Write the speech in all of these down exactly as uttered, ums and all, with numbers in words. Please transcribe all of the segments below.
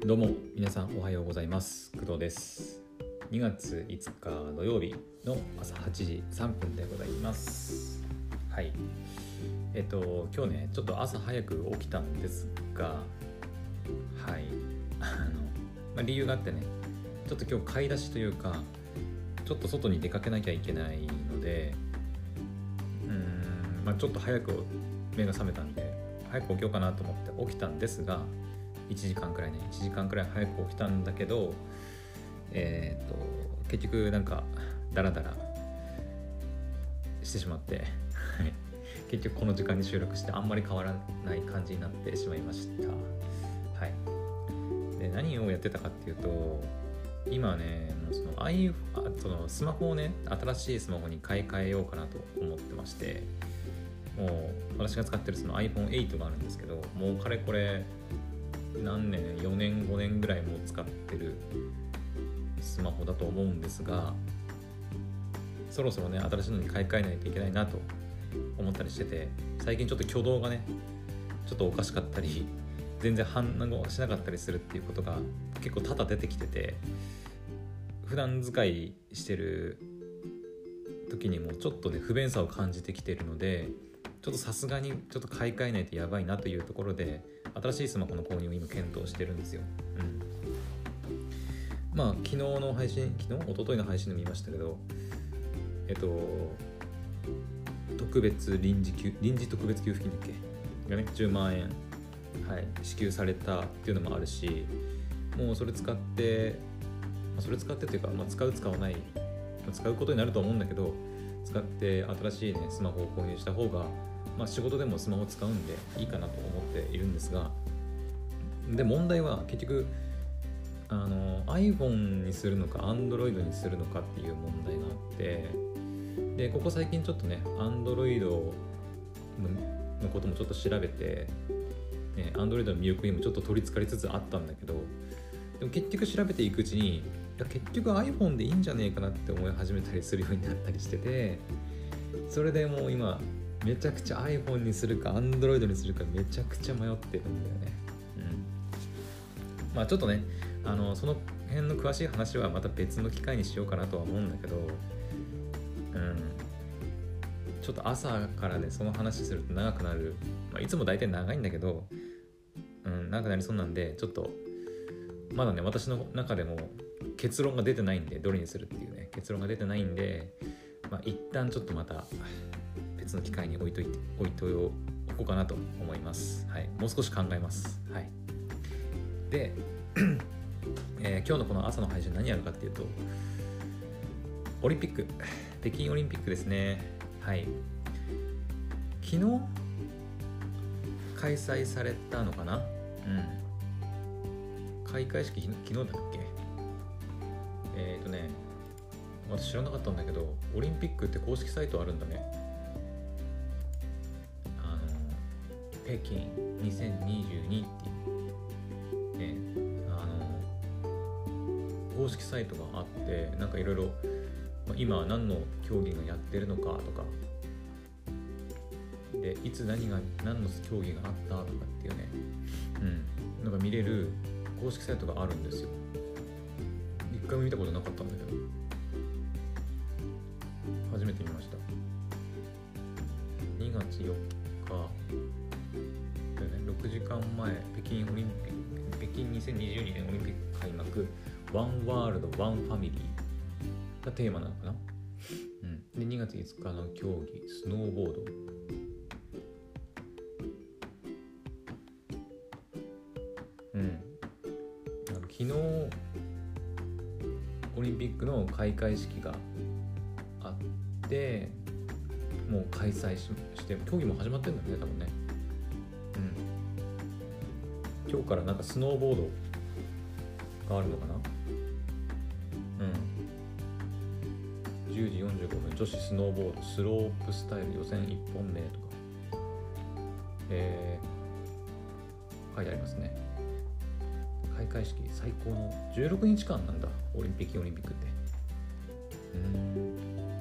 どうも皆さんおはようございます。工藤です。にがついつか土曜日の朝はちじさんぷんでございます。はいえっと今日ねちょっと朝早く起きたんですが、はいあの、まあ、理由があってね、ちょっと今日買い出しというかちょっと外に出かけなきゃいけないので、うーんまあちょっと早く目が覚めたんで早く起きようかなと思って起きたんですが、いちじかんくらいねいちじかんくらい早く起きたんだけど、えー、と結局なんかダラダラしてしまって結局この時間に収録してあんまり変わらない感じになってしまいました。はい。で何をやってたかっていうと、今ねもうその iPhone そのスマホをね新しいスマホに買い替えようかなと思ってまして、もう私が使ってるその アイフォンエイト があるんですけど、もうかれこれ何年よねんごねんぐらいも使ってるスマホだと思うんですが、そろそろね新しいのに買い替えないといけないなと思ったりしてて、最近ちょっと挙動がねちょっとおかしかったり全然反応しなかったりするっていうことが結構多々出てきてて、普段使いしてる時にもちょっとね不便さを感じてきてるので、ちょっとさすがにちょっと買い替えないとやばいなというところで新しいスマホの購入を今検討してるんですよ。うん、まあ昨日の配信昨日一昨日の配信で見ましたけど、えっと特別臨時給臨時特別給付金だっけがねじゅうまんえん、はい、支給されたっていうのもあるし、もうそれ使って、まあ、それ使ってというか、まあ、使う使わない、まあ、使うことになると思うんだけど、使って新しいねスマホを購入した方がまあ、仕事でもスマホ使うんでいいかなと思っているんですが、で問題は結局あの iPhone にするのか Android にするのかっていう問題があって、でここ最近ちょっとね Android のこともちょっと調べて、ね、Android の魅力にもちょっと取り憑かれつつあったんだけど、でも結局調べていくうちにいや結局 iPhone でいいんじゃねえかなって思い始めたりするようになったりしてて、それでもう今めちゃくちゃ iPhone にするか Android にするかめちゃくちゃ迷ってるんだよね。うん。まあちょっとね、あのその辺の詳しい話はまた別の機会にしようかなとは思うんだけど、うん。ちょっと朝からねその話すると長くなる。まあ、いつも大体長いんだけど、うん、長くなりそうなんで、ちょっとまだね私の中でも結論が出てないんで、どれにするっていうね結論が出てないんで、まあ一旦ちょっとまた別の機会に置いといて置いとおこうかなと思います。はい、もう少し考えます。はい。で、えー、今日のこの朝の配信何やるかっていうと、オリンピック、北京オリンピックですね。はい。昨日開催されたのかな。うん。開会式昨日だっけ。えっとね、私知らなかったんだけど、オリンピックって公式サイトあるんだね。北京にせんにじゅうにっていう、ね、あの公式サイトがあって、なんかいろいろ今何の競技がやってるのかとかで、いつ何が何の競技があったとかっていうね、うん、なんか見れる公式サイトがあるんですよ。一回も見たことなかったんだけど初めて見ました。にがつよっかろくじかんまえ、北京オリンピック、北京にせんにじゅうにねんオリンピック開幕、ワンワールドワンファミリーがテーマなのかな。うん。でにがついつかの競技、スノーボード。うん。昨日オリンピックの開会式があって、もう開催 し, して競技も始まってるんだよね多分ね。うん、今日からなんかスノーボードがあるのかな。うん、じゅうじよんじゅうごふん女子スノーボードスロープスタイル予選いっぽんめとか、えー、書いてありますね。開会式最高のじゅうろくにちかんなんだ、オリンピックオリンピックって。うーん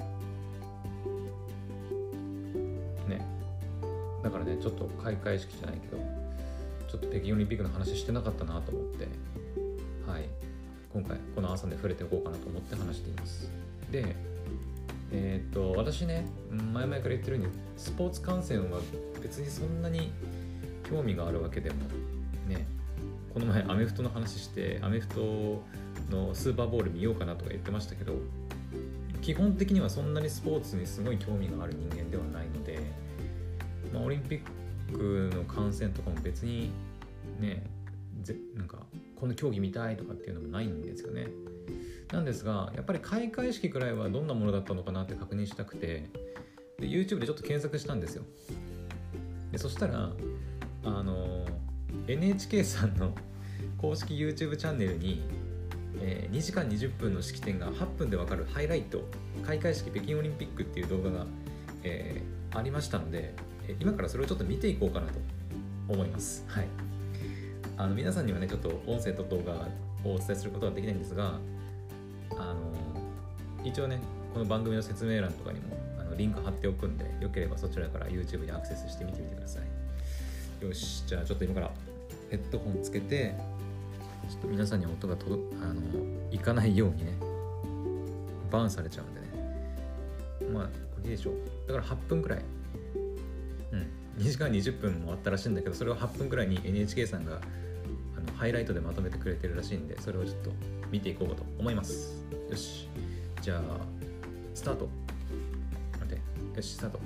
ね、だからねちょっと開会式じゃないけどちょっと北京オリンピックの話してなかったなと思って、 はい、今回この朝で触れていこうかなと思って話しています。で、えー、っと私ね、前々から言ってるようにスポーツ観戦は別にそんなに興味があるわけでもね、この前アメフトの話してアメフトのスーパーボール見ようかなとか言ってましたけど、基本的にはそんなにスポーツにすごい興味がある人間ではないので、まあ、オリンピックの観戦とかも別にね、ぜなんかこの競技見たいとかっていうのもないんですよね。なんですが、やっぱり開会式くらいはどんなものだったのかなって確認したくて、で YouTube でちょっと検索したんですよ。でそしたらあの エヌエイチケー さんの公式 YouTube チャンネルに、えー、にじかんにじゅっぷんの式典がはっぷんでわかるハイライト、開会式北京オリンピックっていう動画が、えー、ありましたので、今からそれをちょっと見ていこうかなと思います。はい。あの皆さんにはね、ちょっと音声と動画をお伝えすることはできないんですが、あの一応ね、この番組の説明欄とかにもあのリンク貼っておくんで、よければそちらから YouTube にアクセスしてみてみてください。よし、じゃあちょっと今からヘッドホンつけて、ちょっと皆さんに音が届あのいかないようにね、バーンされちゃうんでね。まあこれでいいでしょう。だからはっぷんくらい、うん、にじかんにじゅっぷんもあったらしいんだけど、それをはっぷんくらいに エヌエイチケー さんがあのハイライトでまとめてくれてるらしいんで、それをちょっと見ていこうかと思います。よし、じゃあスタート。待って、よしスタート。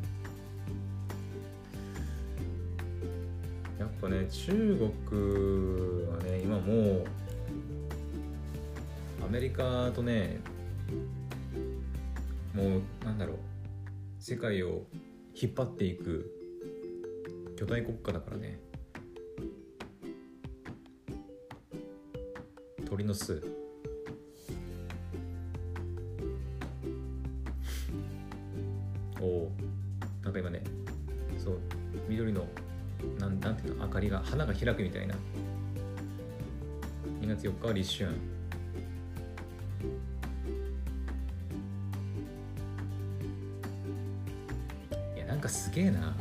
やっぱね、中国はね、今もうアメリカとね、もうなんだろう、世界を引っ張っていく巨大国家だからね。鳥の巣、おお、なんか今ね、そう緑のなん、なんていうの、明かりが、花が開くみたいな。にがつよっかは立春。いや、なんかすげえな。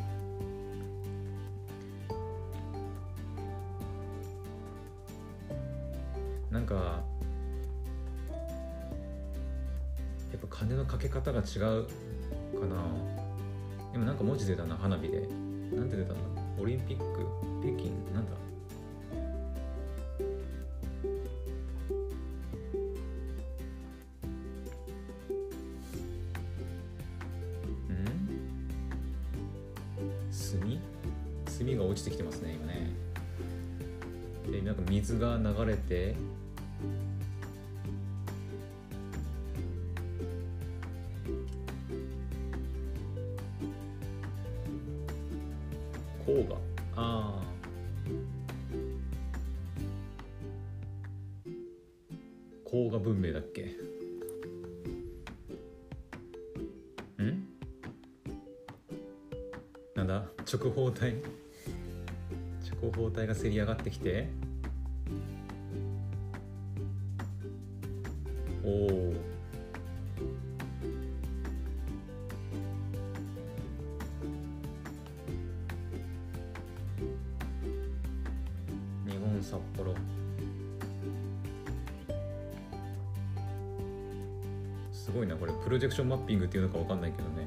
なんかやっぱ金のかけ方が違うかな。今なんか文字出たな、花火で。なんて出たんだ、オリンピック北京、なんだ、ん墨墨が落ちてきてますね今ね。でなんか水が流れて、黄河、ああ黄河文明だっけ。んなんだ、直方体直方体がせり上がってきて、おお、日本札幌、すごいなこれ。プロジェクションマッピングっていうのか分かんないけどね。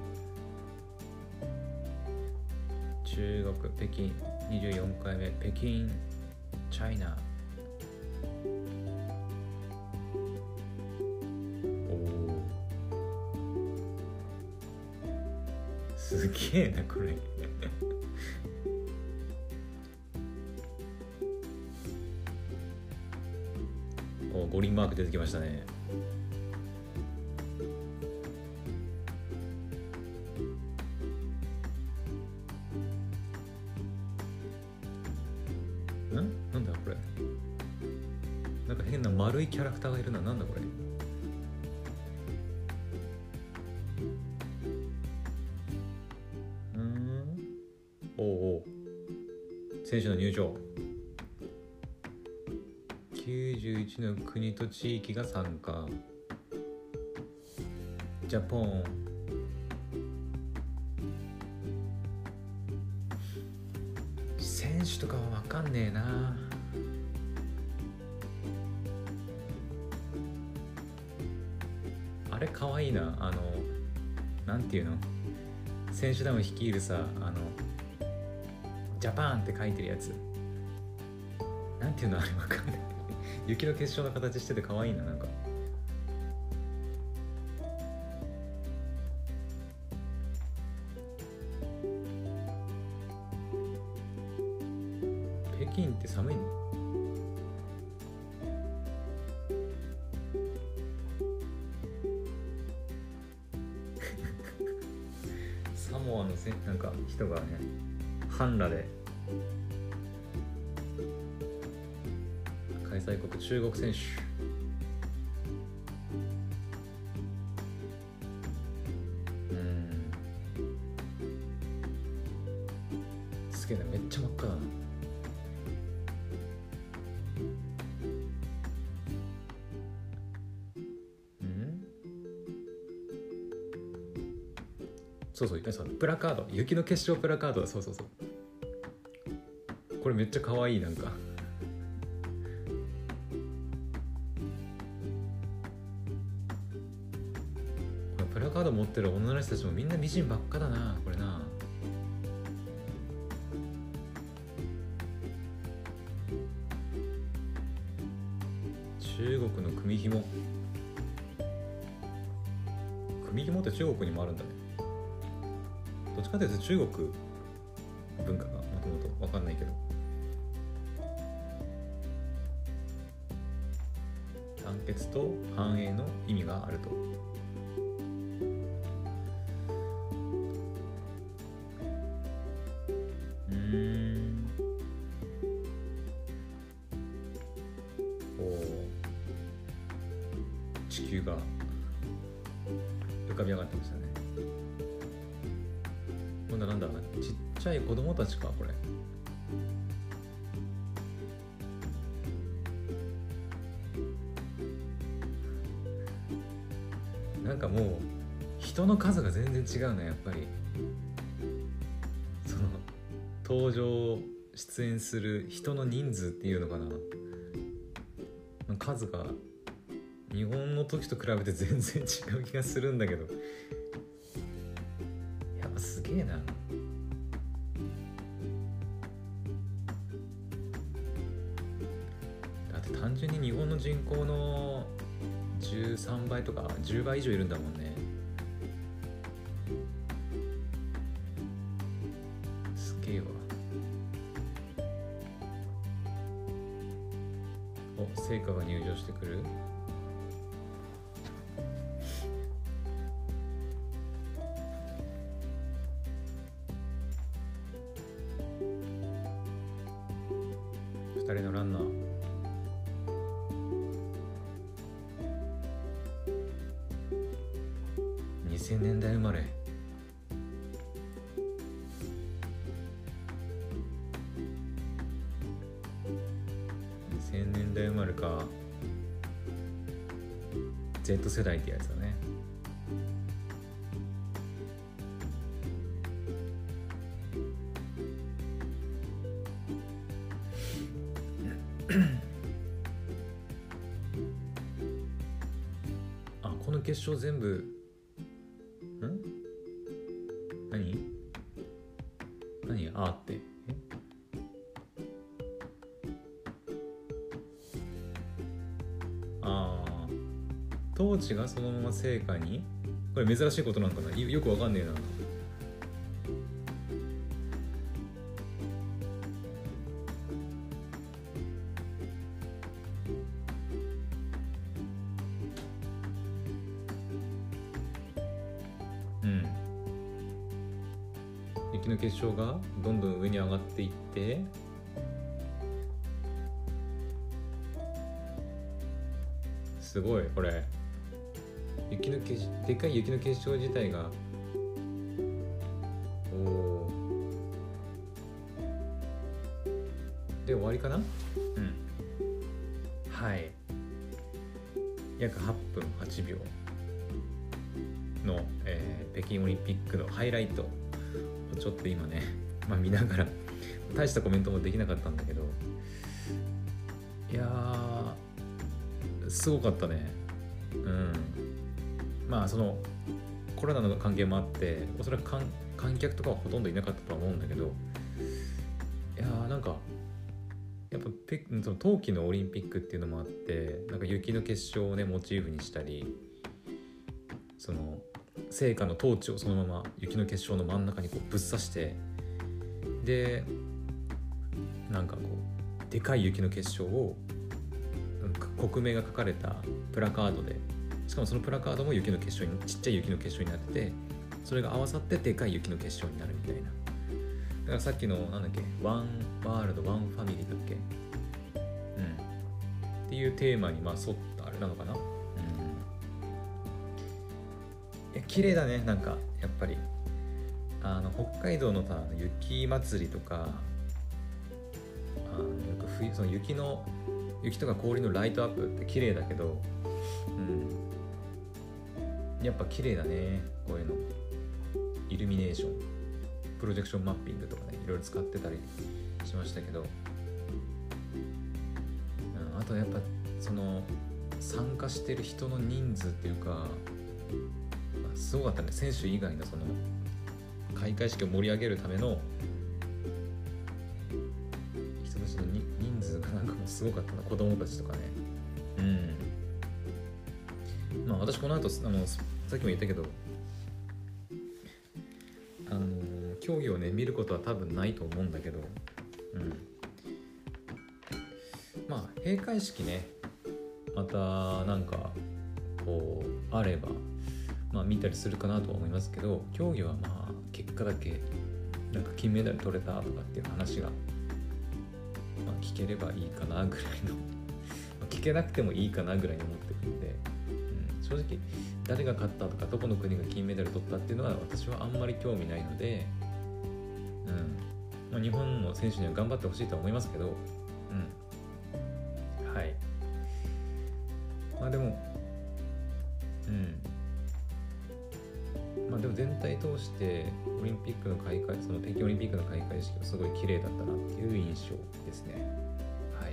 中国北京にじゅうよんかいめ北京チャイナ。おお、すげえなこれお、五輪マーク出てきましたね。んなんだこれ、なんか変な丸いキャラクターがいるな。なんだこれ。うーん、おうおう、選手の入場。きゅうじゅういちの国と地域が参加。ジャポン、選手とかは分かんねえな。 あれかわいいな。あのなんていうの、選手団を率いるさ、あのジャパンって書いてるやつ、なんていうのあれわかんない雪の結晶の形しててかわいいな。なんか北京って寒いの？サモアのせなんか人がね、半裸で開催国中国選手、うんすげえな、めっちゃ真っ赤だな。そうそう、そうプラカード、雪の結晶プラカード、そうそうそう、これめっちゃ可愛い。なんかプラカード持ってる女の人たちもみんな美人ばっかだな、これな。中国の組紐、組紐って中国にもあるんだね。どっちかというと中国文化がもともと分かんないけど、団結と繁栄の意味があると。うーんお地球が浮かび上がってましたね。なんだなんだ、ちっちゃい子供たちかこれ。なんかもう人の数が全然違うね、やっぱり。その登場出演する人の人数っていうのかな、数が日本の時と比べて全然違う気がするんだけど、やっぱすげえな。だって単純に日本の人口のじゅうさんばいとかじゅうばい以上いるんだもんね。すげえわ。お、成果が入場してくる。ふたりのランナー、にせんねんだい生まれ。にせんねんだい生まれか。 Z 世代ってやつだね。あ、この決勝全部ん何何あーってえああトーチがそのまま聖火に、これ珍しいことなんかな、よくわかんねえな。うん、雪の結晶がどんどん上に上がっていって、すごいこれ雪の結でかい雪の結晶自体が、おおで終わりかな。うん、はい、約はっぷんはちびょうの、えー、北京オリンピックのハイライトをちょっと今ね、まあ、見ながら大したコメントもできなかったんだけど、いやーすごかったね。うんまあそのコロナの関係もあっておそらく 観, 観客とかはほとんどいなかったとは思うんだけど、いやーなんかやっぱペその冬季のオリンピックっていうのもあって、なんか雪の結晶をねモチーフにしたり、その聖火のトーチをそのまま雪の結晶の真ん中にこうぶっ刺して、でなんかこうでかい雪の結晶を国名が書かれたプラカードで、しかもそのプラカードも雪の結晶にちっちゃい雪の結晶になってて、それが合わさってでかい雪の結晶になるみたいな。だからさっきのなんだっけワンワールドワンファミリーだっけ、うんっていうテーマにまあ沿ったあれなのかな。うんいや綺麗だね。なんかやっぱりあの北海道のさ雪祭りとか、あのよく冬その雪の雪とか氷のライトアップって綺麗だけど、うんやっぱ綺麗だね。こういうのイルミネーション、プロジェクションマッピングとかねいろいろ使ってたりしましたけど、うん、あとやっぱその参加してる人の人数っていうかすごかったね。選手以外のその開会式を盛り上げるための人たちの人数がなんかもうすごかったな。子供たちとかね。うんまあ私この後あのさっきも言ったけどあの競技をね見ることは多分ないと思うんだけど、うん、まあ閉会式ねまたなんかこうあればまあ見たりするかなとは思いますけど、競技はまあ結果だけなんか金メダル取れたとかっていう話が、まあ、聞ければいいかなぐらいの聞けなくてもいいかなぐらいに思ってるんで、うん、正直誰が勝ったとかどこの国が金メダル取ったっていうのは私はあんまり興味ないので、うんまあ、日本の選手には頑張ってほしいとは思いますけど、うん、はいまあでもうんまあでも全体通してオリンピックの開会その北京オリンピックの開会式はすごい綺麗だったなっていう印象ですね。はい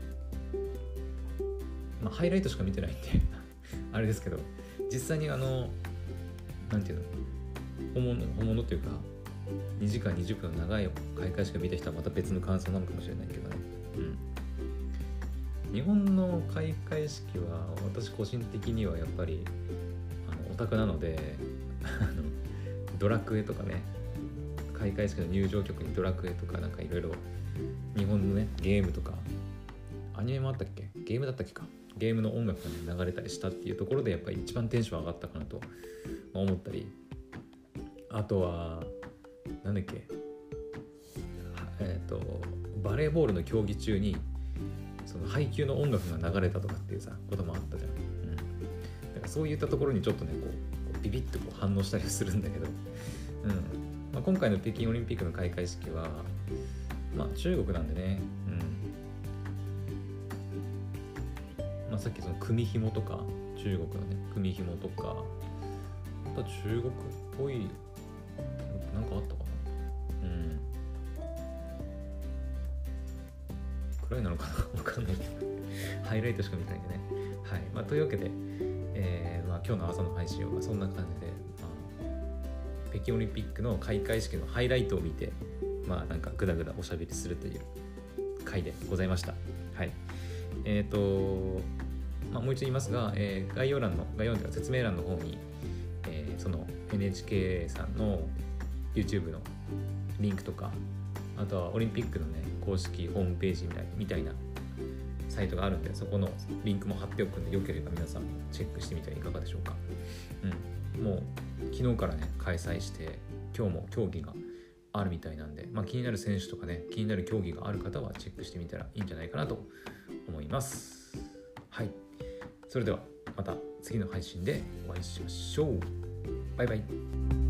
まあハイライトしか見てないんであれですけど、実際にあのなんていうの本物本物っていうかにじかんにじゅっぷんの長い開会式を見た人はまた別の感想なのかもしれないけどね、うん、日本の開会式は私個人的にはやっぱりあのオタクなのでドラクエとかね開会式の入場曲にドラクエとかなんかいろいろ日本のねゲームとかアニメもあったっけゲームだったっけかゲームの音楽が、ね、流れたりしたっていうところでやっぱり一番テンション上がったかなと思ったり、あとはなんだっけえっとバレーボールの競技中にその配球の音楽が流れたとかっていうさこともあったじゃん、うん、だからそういったところにちょっとねこうビビッとこう反応したりするんだけど、うんまあ、今回の北京オリンピックの開会式はまあ中国なんでね、うんまあ、さっきその組紐とか中国のね組紐とかあとは中国っぽいなんかあったかなうんくらいなのかなわかんないけどハイライトしか見てないんでね。はい、まあ、というわけで、えーまあ、今日の朝の配信はそんな感じで、まあ、北京オリンピックの開会式のハイライトを見てまあなんかグダグダおしゃべりするという回でございました。はい。えっ、ー、と、まあ、もう一度言いますが、えー、概要欄の概要欄というか説明欄の方に、えー、その エヌエイチケー さんの YouTube のリンクとか、あとはオリンピックのね公式ホームページみたいみたいなサイトがあるんで、そこのリンクも貼っておくんで、よければ皆さんチェックしてみてはいかがでしょうか。うん、もう昨日からね開催して今日も競技があるみたいなんで、まあ、気になる選手とかね気になる競技がある方はチェックしてみたらいいんじゃないかなと思います。はい、それではまた次の配信でお会いしましょう。バイバイ。